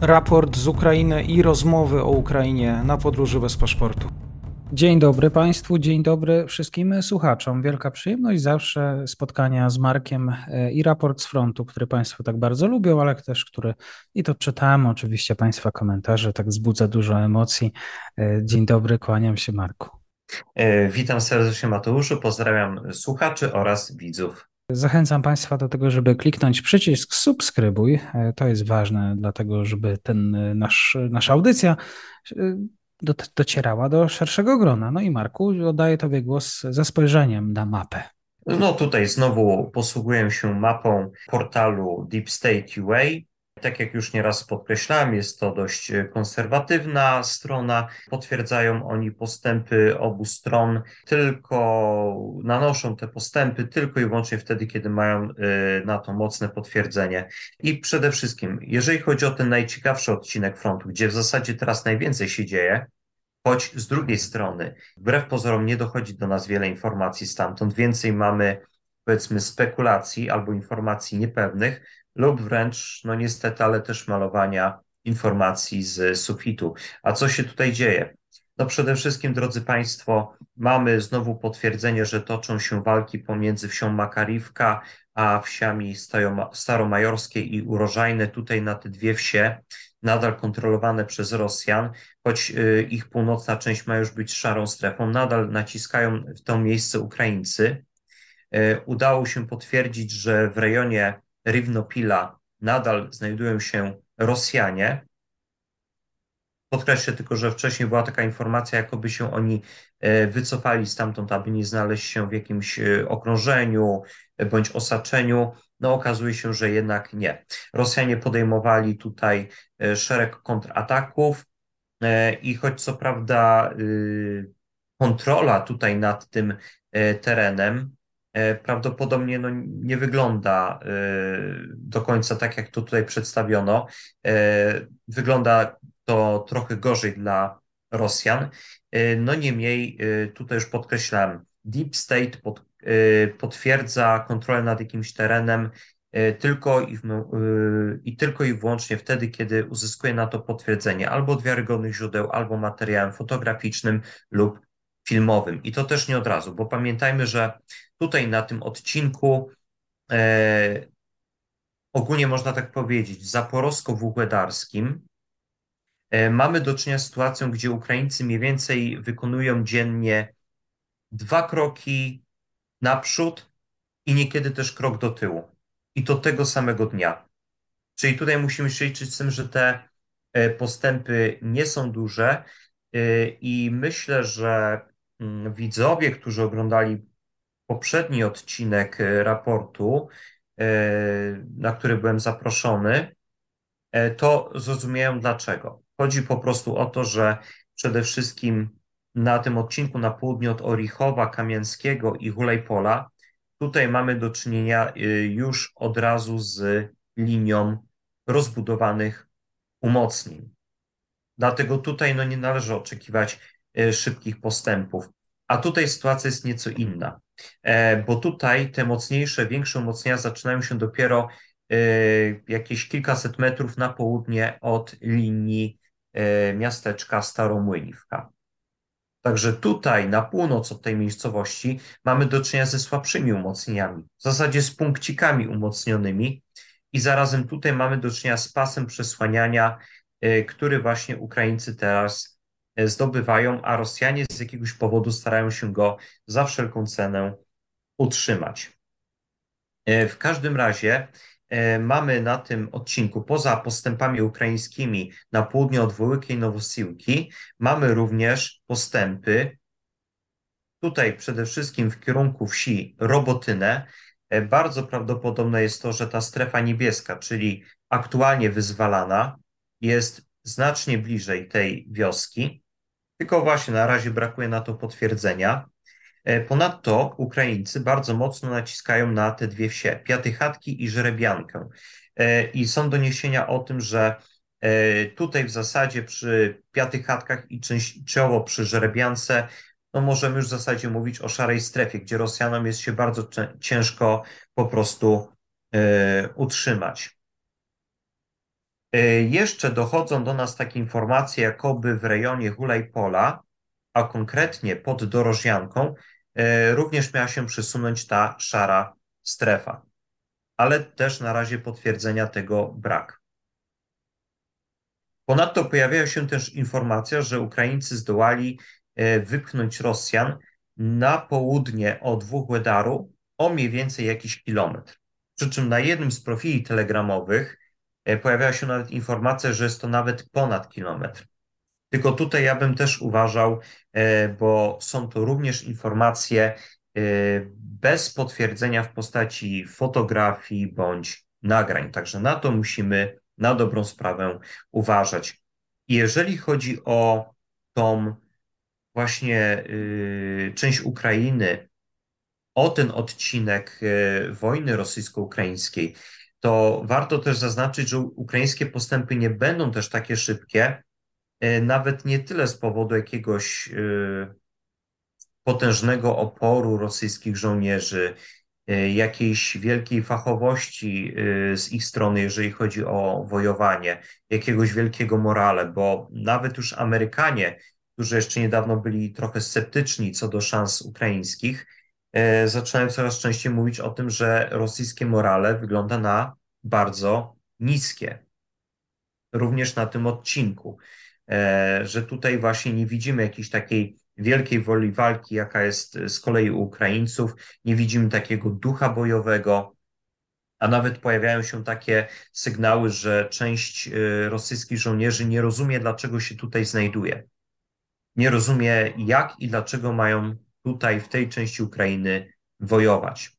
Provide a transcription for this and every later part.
Raport z Ukrainy i rozmowy o Ukrainie na podróży bez paszportu. Dzień dobry Państwu, dzień dobry wszystkim słuchaczom. Wielka przyjemność zawsze spotkania z Markiem i raport z frontu, który Państwo tak bardzo lubią, ale też który, i to czytałem oczywiście Państwa komentarze, tak wzbudza dużo emocji. Dzień dobry, kłaniam się Marku. Witam serdecznie Mateuszu, pozdrawiam słuchaczy oraz widzów. Zachęcam Państwa do tego, żeby kliknąć przycisk subskrybuj. To jest ważne, dlatego żeby nasza audycja docierała do szerszego grona. No i Marku, oddaję Tobie głos ze spojrzeniem na mapę. No tutaj znowu posługuję się mapą portalu Deep State UA. Tak jak już nieraz podkreślałem, jest to dość konserwatywna strona. Potwierdzają oni postępy obu stron, tylko nanoszą te postępy tylko i wyłącznie wtedy, kiedy mają na to mocne potwierdzenie. I przede wszystkim, jeżeli chodzi o ten najciekawszy odcinek frontu, gdzie w zasadzie teraz najwięcej się dzieje, choć z drugiej strony, wbrew pozorom nie dochodzi do nas wiele informacji stamtąd, więcej mamy, powiedzmy, spekulacji albo informacji niepewnych lub wręcz, no niestety, ale też malowania informacji z sufitu. A co się tutaj dzieje? No przede wszystkim, drodzy Państwo, mamy znowu potwierdzenie, że toczą się walki pomiędzy wsią Makariwka a wsiami Staromajorskie i Urożajne. Tutaj na te dwie wsie, nadal kontrolowane przez Rosjan, choć ich północna część ma już być szarą strefą, nadal naciskają w to miejsce Ukraińcy. Udało się potwierdzić, że w rejonie Riwnopila nadal znajdują się Rosjanie. Podkreślę tylko, że wcześniej była taka informacja, jakoby się oni wycofali stamtąd, aby nie znaleźć się w jakimś okrążeniu bądź osaczeniu. No okazuje się, że jednak nie. Rosjanie podejmowali tutaj szereg kontrataków i choć co prawda kontrola tutaj nad tym terenem prawdopodobnie no, nie wygląda do końca tak, jak to tutaj przedstawiono. Wygląda to trochę gorzej dla Rosjan. No niemniej, tutaj już podkreślam, Deep State potwierdza kontrolę nad jakimś terenem tylko i wyłącznie wtedy, kiedy uzyskuje na to potwierdzenie albo od wiarygodnych źródeł, albo materiałem fotograficznym lub filmowym. I to też nie od razu, bo pamiętajmy, że tutaj na tym odcinku ogólnie można tak powiedzieć, zaporowsko-wuhłedarskim mamy do czynienia z sytuacją, gdzie Ukraińcy mniej więcej wykonują dziennie 2 kroki naprzód i niekiedy też krok do tyłu. I to tego samego dnia. Czyli tutaj musimy się liczyć z tym, że te postępy nie są duże i myślę, że widzowie, którzy oglądali poprzedni odcinek raportu, na który byłem zaproszony, to zrozumieją dlaczego. Chodzi po prostu o to, że przede wszystkim na tym odcinku na południe od Orichowa, Kamiańskiego i Hulejpola, tutaj mamy do czynienia już od razu z linią rozbudowanych umocnień. Dlatego tutaj no, nie należy oczekiwać szybkich postępów. A tutaj sytuacja jest nieco inna, bo tutaj te mocniejsze, większe umocnienia zaczynają się dopiero jakieś kilkaset metrów na południe od linii miasteczka Staromłyniwka. Także tutaj na północ od tej miejscowości mamy do czynienia ze słabszymi umocnieniami, w zasadzie z punkcikami umocnionymi i zarazem tutaj mamy do czynienia z pasem przesłaniania, który właśnie Ukraińcy teraz zdobywają, a Rosjanie z jakiegoś powodu starają się go za wszelką cenę utrzymać. W każdym razie mamy na tym odcinku, poza postępami ukraińskimi na południe od Wołyki i Nowosiłki, mamy również postępy tutaj przede wszystkim w kierunku wsi Robotynę. Bardzo prawdopodobne jest to, że ta strefa niebieska, czyli aktualnie wyzwalana, jest znacznie bliżej tej wioski, tylko właśnie na razie brakuje na to potwierdzenia. Ponadto Ukraińcy bardzo mocno naciskają na te dwie wsie, Piatychatki i Żerebiankę. I są doniesienia o tym, że tutaj w zasadzie przy Piatychatkach i częściowo przy Żerebiance, no możemy już w zasadzie mówić o szarej strefie, gdzie Rosjanom jest się bardzo ciężko po prostu utrzymać. Jeszcze dochodzą do nas takie informacje, jakoby w rejonie Hulajpola, a konkretnie pod Dorożjanką, również miała się przesunąć ta szara strefa, ale też na razie potwierdzenia tego brak. Ponadto pojawiają się też informacje, że Ukraińcy zdołali wypchnąć Rosjan na południe od Wuhłedaru o mniej więcej jakiś kilometr. Przy czym na jednym z profili telegramowych pojawiała się nawet informacja, że jest to nawet ponad kilometr. Tylko tutaj ja bym też uważał, bo są to również informacje bez potwierdzenia w postaci fotografii bądź nagrań. Także na to musimy na dobrą sprawę uważać. Jeżeli chodzi o tą właśnie część Ukrainy, o ten odcinek wojny rosyjsko-ukraińskiej, to warto też zaznaczyć, że ukraińskie postępy nie będą też takie szybkie, nawet nie tyle z powodu jakiegoś potężnego oporu rosyjskich żołnierzy, jakiejś wielkiej fachowości z ich strony, jeżeli chodzi o wojowanie, jakiegoś wielkiego morale, bo nawet już Amerykanie, którzy jeszcze niedawno byli trochę sceptyczni co do szans ukraińskich, zaczynają coraz częściej mówić o tym, że rosyjskie morale wygląda na bardzo niskie, również na tym odcinku, że tutaj właśnie nie widzimy jakiejś takiej wielkiej woli walki, jaka jest z kolei u Ukraińców, nie widzimy takiego ducha bojowego, a nawet pojawiają się takie sygnały, że część rosyjskich żołnierzy nie rozumie, dlaczego się tutaj znajduje. Nie rozumie, jak i dlaczego mają tutaj, w tej części Ukrainy wojować.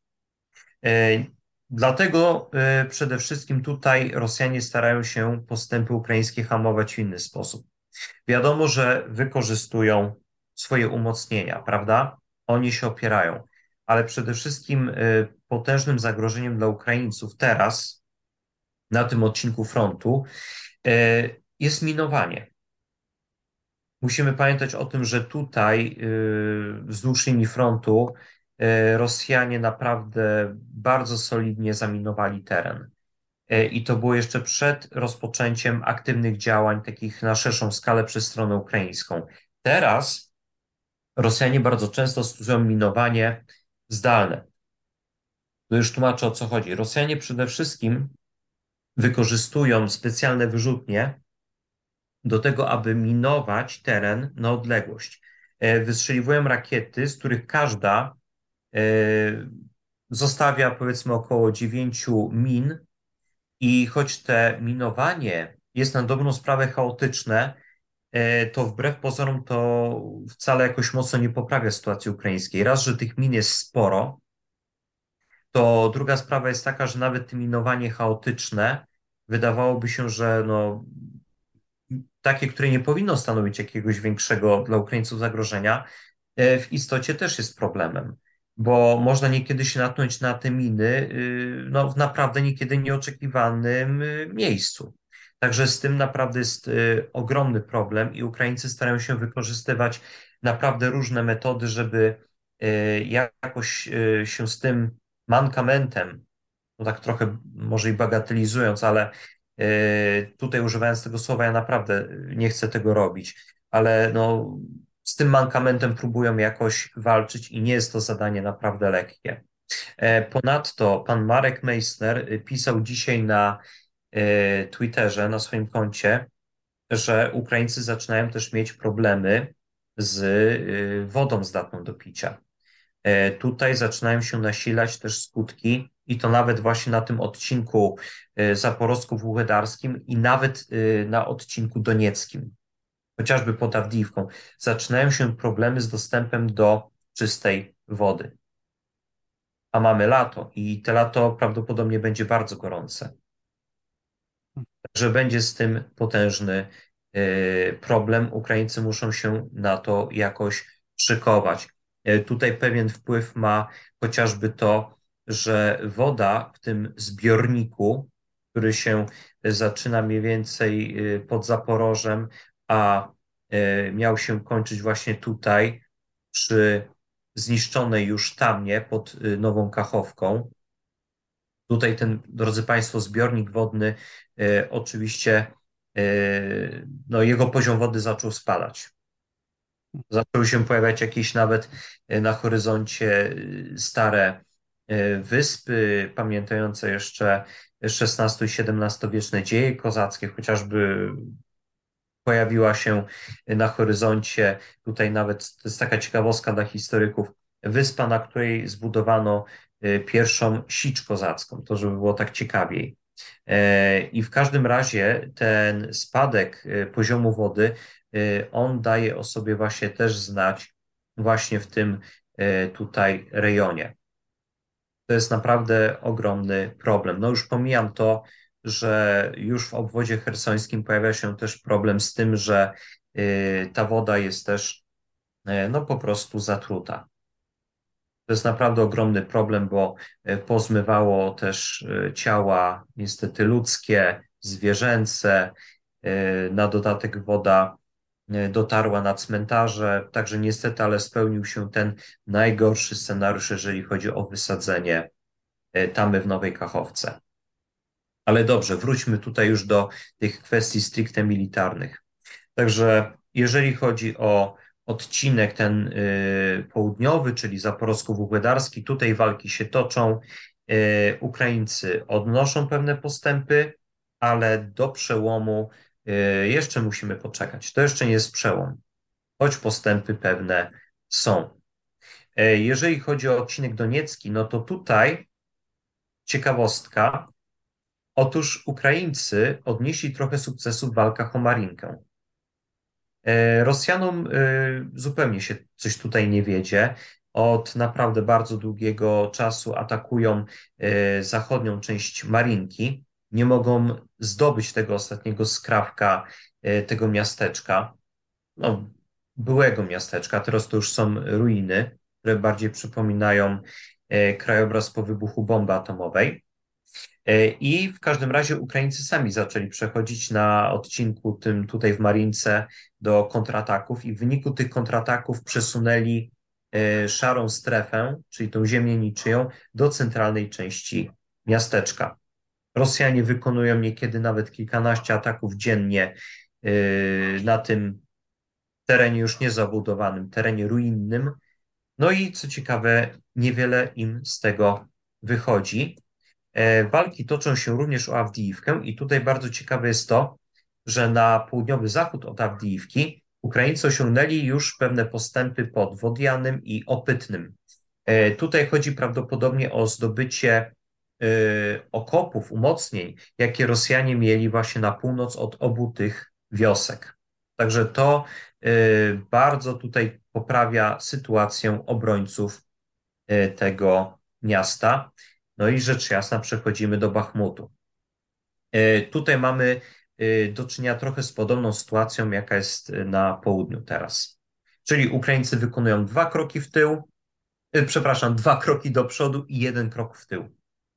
Dlatego przede wszystkim tutaj Rosjanie starają się postępy ukraińskie hamować w inny sposób. Wiadomo, że wykorzystują swoje umocnienia, prawda? Oni się opierają, ale przede wszystkim potężnym zagrożeniem dla Ukraińców teraz na tym odcinku frontu jest minowanie. Musimy pamiętać o tym, że tutaj wzdłuż linii frontu Rosjanie naprawdę bardzo solidnie zaminowali teren. I to było jeszcze przed rozpoczęciem aktywnych działań, takich na szerszą skalę przez stronę ukraińską. Teraz Rosjanie bardzo często stosują minowanie zdalne. To już tłumaczę, o co chodzi. Rosjanie przede wszystkim wykorzystują specjalne wyrzutnie do tego, aby minować teren na odległość. Wystrzeliwują rakiety, z których każda zostawia powiedzmy około 9 min i choć te minowanie jest na dobrą sprawę chaotyczne, to wbrew pozorom to wcale jakoś mocno nie poprawia sytuacji ukraińskiej. Raz, że tych min jest sporo, to druga sprawa jest taka, że nawet to minowanie chaotyczne wydawałoby się, że no, takie, które nie powinno stanowić jakiegoś większego dla Ukraińców zagrożenia, w istocie też jest problemem, bo można niekiedy się natknąć na te miny no, w naprawdę niekiedy nieoczekiwanym miejscu. Także z tym naprawdę jest ogromny problem i Ukraińcy starają się wykorzystywać naprawdę różne metody, żeby jakoś się z tym mankamentem, no tak trochę może i bagatelizując, ale tutaj używając tego słowa, ja naprawdę nie chcę tego robić, ale no, z tym mankamentem próbują jakoś walczyć i nie jest to zadanie naprawdę lekkie. Ponadto pan Marek Meissner pisał dzisiaj na Twitterze, na swoim koncie, że Ukraińcy zaczynają też mieć problemy z wodą zdatną do picia. Tutaj zaczynają się nasilać też skutki i to nawet właśnie na tym odcinku zaporowsko-wuhłedarskim i nawet na odcinku donieckim, chociażby pod Awdijiwką. Zaczynają się problemy z dostępem do czystej wody. A mamy lato i to lato prawdopodobnie będzie bardzo gorące. Także będzie z tym potężny problem. Ukraińcy muszą się na to jakoś szykować. Tutaj pewien wpływ ma chociażby to, że woda w tym zbiorniku, który się zaczyna mniej więcej pod Zaporożem, a miał się kończyć właśnie tutaj przy zniszczonej już tamie pod Nową Kachowką. Tutaj ten, drodzy Państwo, zbiornik wodny oczywiście, no, jego poziom wody zaczął spadać. Zaczęły się pojawiać jakieś nawet na horyzoncie stare wyspy, pamiętające jeszcze XVI i XVII-wieczne dzieje kozackie, chociażby pojawiła się na horyzoncie, tutaj nawet to jest taka ciekawostka dla historyków, wyspa, na której zbudowano pierwszą sicz kozacką, to żeby było tak ciekawiej. I w każdym razie ten spadek poziomu wody, on daje o sobie właśnie też znać właśnie w tym tutaj rejonie. To jest naprawdę ogromny problem. No już pomijam to, że już w obwodzie chersońskim pojawia się też problem z tym, że ta woda jest też no po prostu zatruta. To jest naprawdę ogromny problem, bo pozmywało też ciała niestety ludzkie, zwierzęce. Na dodatek woda dotarła na cmentarze, także niestety, ale spełnił się ten najgorszy scenariusz, jeżeli chodzi o wysadzenie tamy w Nowej Kachowce. Ale dobrze, wróćmy tutaj już do tych kwestii stricte militarnych. Także jeżeli chodzi o odcinek ten południowy, czyli zaporowsko-wuhłedarski, tutaj walki się toczą. Ukraińcy odnoszą pewne postępy, ale do przełomu jeszcze musimy poczekać. To jeszcze nie jest przełom, choć postępy pewne są. Jeżeli chodzi o odcinek doniecki, no to tutaj ciekawostka. Otóż Ukraińcy odnieśli trochę sukcesu w walkach o Marinkę. Rosjanom zupełnie się coś tutaj nie wiedzie. Od naprawdę bardzo długiego czasu atakują zachodnią część Marinki. Nie mogą zdobyć tego ostatniego skrawka tego miasteczka, no, byłego miasteczka. Teraz to już są ruiny, które bardziej przypominają krajobraz po wybuchu bomby atomowej. I w każdym razie Ukraińcy sami zaczęli przechodzić na odcinku tym tutaj w Marince do kontrataków i w wyniku tych kontrataków przesunęli szarą strefę, czyli tą ziemię niczyją, do centralnej części miasteczka. Rosjanie wykonują niekiedy nawet kilkanaście ataków dziennie na tym terenie już niezabudowanym, terenie ruinnym. No i co ciekawe, niewiele im z tego wychodzi. Walki toczą się również o Awdijiwkę i tutaj bardzo ciekawe jest to, że na południowy zachód od Awdijiwki Ukraińcy osiągnęli już pewne postępy pod Wodianym i Opytnym. Tutaj chodzi prawdopodobnie o zdobycie okopów, umocnień, jakie Rosjanie mieli właśnie na północ od obu tych wiosek. Także to bardzo tutaj poprawia sytuację obrońców tego miasta. No i rzecz jasna przechodzimy do Bachmutu. Tutaj mamy do czynienia trochę z podobną sytuacją, jaka jest na południu teraz. Czyli Ukraińcy wykonują 2 kroki w tył, 2 kroki do przodu i 1 krok w tył.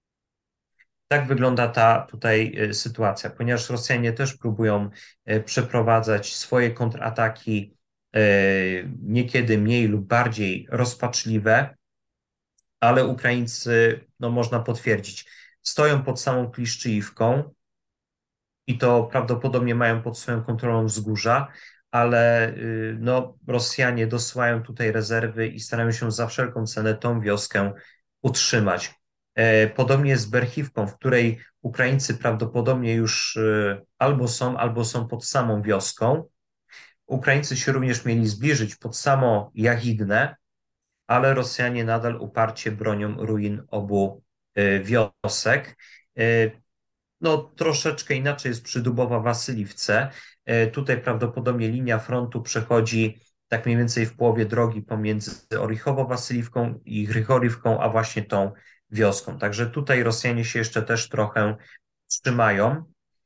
Tak wygląda ta tutaj sytuacja, ponieważ Rosjanie też próbują przeprowadzać swoje kontrataki, niekiedy mniej lub bardziej rozpaczliwe, ale Ukraińcy, no można potwierdzić, stoją pod samą Kliszczyjówką i to prawdopodobnie mają pod swoją kontrolą wzgórza, ale no, Rosjanie dosyłają tutaj rezerwy i starają się za wszelką cenę tą wioskę utrzymać. Podobnie jest z Berchiwką, w której Ukraińcy prawdopodobnie już albo są pod samą wioską. Ukraińcy się również mieli zbliżyć pod samo Jachidne, ale Rosjanie nadal uparcie bronią ruin obu wiosek. No, troszeczkę inaczej jest przy Dubowa-Wasyliwce. Tutaj prawdopodobnie linia frontu przechodzi tak mniej więcej w połowie drogi pomiędzy Orichowo-Wasyliwką i Grychorivką, a właśnie tą wioską. Także tutaj Rosjanie się jeszcze też trochę trzymają.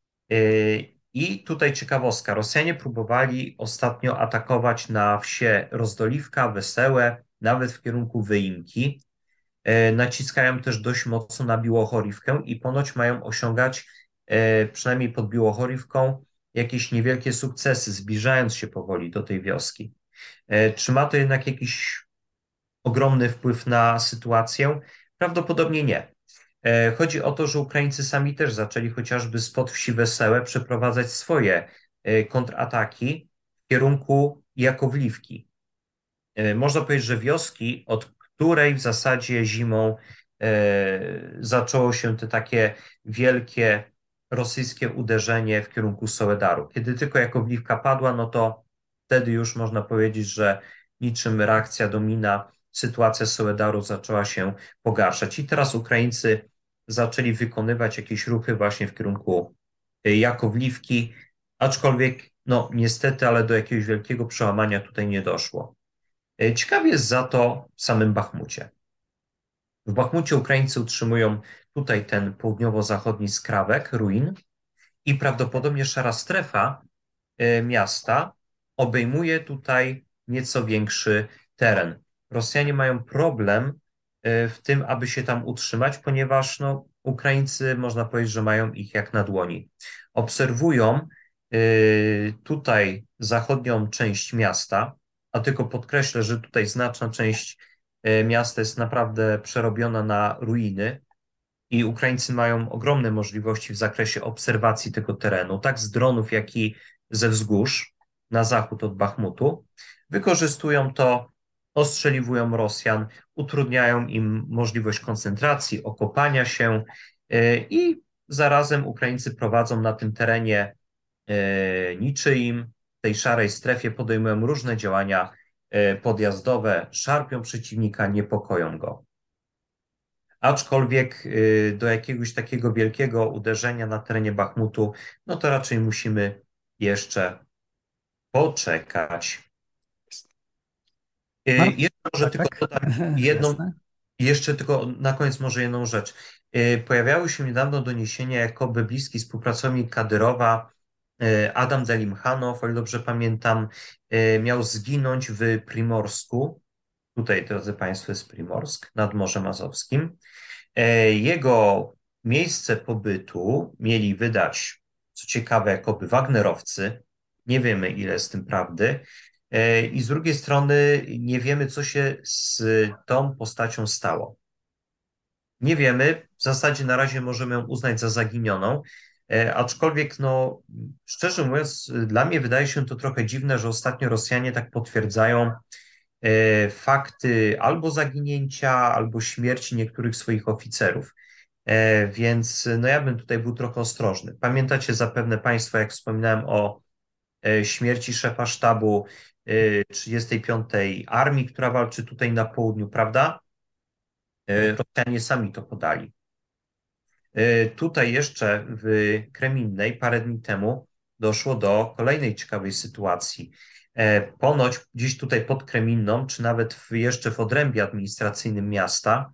I tutaj ciekawostka. Rosjanie próbowali ostatnio atakować na wsie Rozdoliwka, Wesełe, nawet w kierunku Wyimki. Naciskają też dość mocno na Biłochorivkę i ponoć mają osiągać, przynajmniej pod Biłochorivką, jakieś niewielkie sukcesy, zbliżając się powoli do tej wioski. Czy ma to jednak jakiś ogromny wpływ na sytuację? Prawdopodobnie nie. Chodzi o to, że Ukraińcy sami też zaczęli chociażby spod wsi Wesełe przeprowadzać swoje kontrataki w kierunku Jakowliwki. Można powiedzieć, że wioski, od której w zasadzie zimą zaczęło się te takie wielkie rosyjskie uderzenie w kierunku Soledaru. Kiedy tylko Jakowliwka padła, no to wtedy już można powiedzieć, że niczym reakcja domina, sytuacja Soledaru zaczęła się pogarszać. I teraz Ukraińcy zaczęli wykonywać jakieś ruchy właśnie w kierunku Jakowliwki, aczkolwiek no niestety, ale do jakiegoś wielkiego przełamania tutaj nie doszło. Ciekawie jest za to w samym Bachmucie. W Bachmucie Ukraińcy utrzymują tutaj ten południowo-zachodni skrawek ruin i prawdopodobnie szara strefa miasta obejmuje tutaj nieco większy teren. Rosjanie mają problem w tym, aby się tam utrzymać, ponieważ no, Ukraińcy, można powiedzieć, że mają ich jak na dłoni. Obserwują tutaj zachodnią część miasta, a tylko podkreślę, że tutaj znaczna część miasta jest naprawdę przerobiona na ruiny i Ukraińcy mają ogromne możliwości w zakresie obserwacji tego terenu, tak z dronów, jak i ze wzgórz na zachód od Bachmutu. Wykorzystują to, ostrzeliwują Rosjan, utrudniają im możliwość koncentracji, okopania się i zarazem Ukraińcy prowadzą na tym terenie niczyim, w tej szarej strefie podejmują różne działania podjazdowe, szarpią przeciwnika, niepokoją go. Aczkolwiek do jakiegoś takiego wielkiego uderzenia na terenie Bachmutu, no to raczej musimy jeszcze poczekać. Jeszcze może tylko dodam jedną, jeszcze tylko na koniec może jedną rzecz. Pojawiały się niedawno doniesienia, jakoby bliski współpracownik Kadyrowa, Adam Delimchanow, o ile dobrze pamiętam, miał zginąć w Primorsku. Tutaj, drodzy Państwo, jest Primorsk nad Morzem Azowskim. Jego miejsce pobytu mieli wydać, co ciekawe, jakoby Wagnerowcy. Nie wiemy, ile jest z tym prawdy. I z drugiej strony nie wiemy, co się z tą postacią stało. Nie wiemy, w zasadzie na razie możemy ją uznać za zaginioną, aczkolwiek no, szczerze mówiąc, dla mnie wydaje się to trochę dziwne, że ostatnio Rosjanie tak potwierdzają fakty albo zaginięcia, albo śmierci niektórych swoich oficerów. Więc no ja bym tutaj był trochę ostrożny. Pamiętacie zapewne Państwo, jak wspominałem o śmierci szefa sztabu 35. Armii, która walczy tutaj na południu, prawda? Rosjanie sami to podali. Tutaj jeszcze w Kreminnej parę dni temu doszło do kolejnej ciekawej sytuacji. Ponoć gdzieś tutaj pod Kreminną, czy nawet jeszcze w odrębie administracyjnym miasta,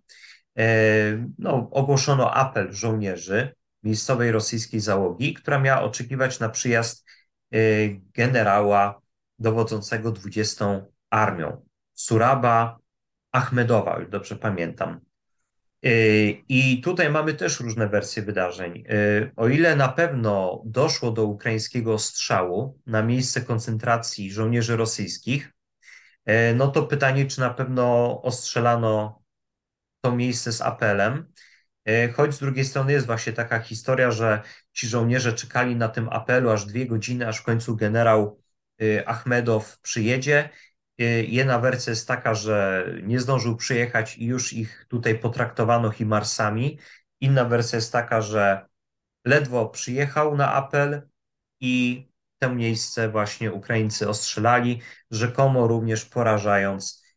no, ogłoszono apel żołnierzy miejscowej rosyjskiej załogi, która miała oczekiwać na przyjazd generała dowodzącego 20. Armią, Suraba Achmedowa, o ile dobrze pamiętam. I tutaj mamy też różne wersje wydarzeń. O ile na pewno doszło do ukraińskiego ostrzału na miejsce koncentracji żołnierzy rosyjskich, no to pytanie, czy na pewno ostrzelano to miejsce z apelem. Choć z drugiej strony jest właśnie taka historia, że ci żołnierze czekali na tym apelu aż 2 godziny, aż w końcu generał Achmedow przyjedzie. Jedna wersja jest taka, że nie zdążył przyjechać i już ich tutaj potraktowano himarsami. Inna wersja jest taka, że ledwo przyjechał na apel i to miejsce właśnie Ukraińcy ostrzelali, rzekomo również porażając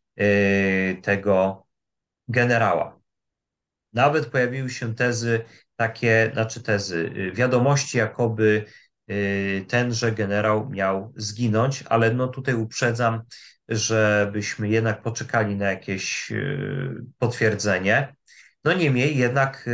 tego generała. Nawet pojawiły się tezy takie, znaczy tezy, wiadomości, jakoby tenże generał miał zginąć, ale no tutaj uprzedzam, żebyśmy jednak poczekali na jakieś potwierdzenie. No niemniej jednak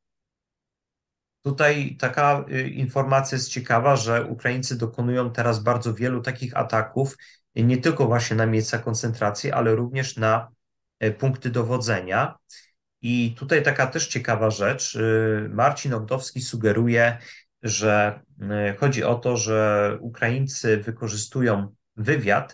tutaj taka informacja jest ciekawa, że Ukraińcy dokonują teraz bardzo wielu takich ataków, nie tylko właśnie na miejsca koncentracji, ale również na punkty dowodzenia. I tutaj taka też ciekawa rzecz. Marcin Ogdowski sugeruje, że chodzi o to, że Ukraińcy wykorzystują wywiad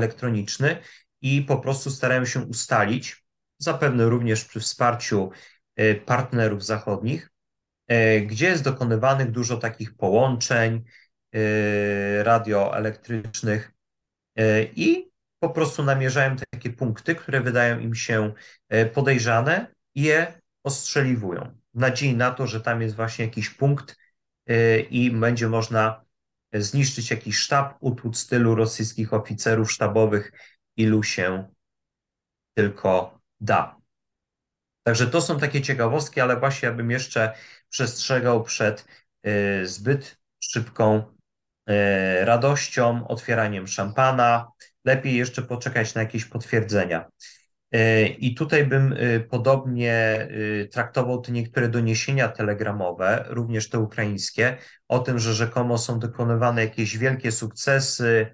radioelektroniczny i po prostu starają się ustalić, zapewne również przy wsparciu partnerów zachodnich, gdzie jest dokonywanych dużo takich połączeń radioelektrycznych i po prostu namierzają takie punkty, które wydają im się podejrzane i je ostrzeliwują w nadziei na to, że tam jest właśnie jakiś punkt i będzie można zniszczyć jakiś sztab, utłuc tylu rosyjskich oficerów sztabowych, ilu się tylko da. Także to są takie ciekawostki, ale właśnie ja bym jeszcze przestrzegał przed zbyt szybką radością, otwieraniem szampana. Lepiej jeszcze poczekać na jakieś potwierdzenia. I tutaj bym podobnie traktował te niektóre doniesienia telegramowe, również te ukraińskie, o tym, że rzekomo są dokonywane jakieś wielkie sukcesy,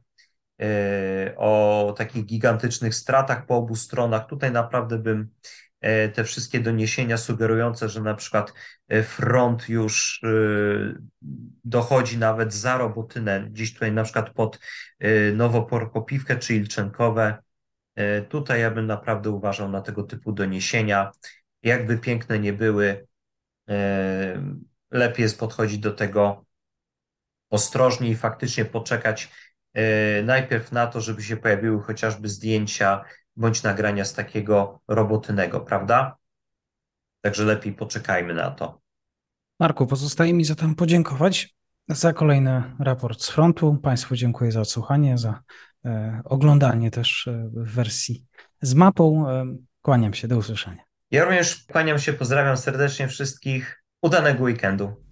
o takich gigantycznych stratach po obu stronach. Tutaj naprawdę bym te wszystkie doniesienia sugerujące, że na przykład front już dochodzi nawet za Robotynę, gdzieś tutaj na przykład pod Nowoporkopiwkę czy Ilczenkowe. Tutaj ja bym naprawdę uważał na tego typu doniesienia. Jakby piękne nie były, lepiej jest podchodzić do tego ostrożnie i faktycznie poczekać najpierw na to, żeby się pojawiły chociażby zdjęcia bądź nagrania z takiego Robotynego, prawda? Także lepiej poczekajmy na to. Marku, pozostaje mi zatem podziękować za kolejny raport z frontu. Państwu dziękuję za odsłuchanie, za oglądanie też w wersji z mapą. Kłaniam się, do usłyszenia. Ja również kłaniam się, pozdrawiam serdecznie wszystkich. Udanego weekendu.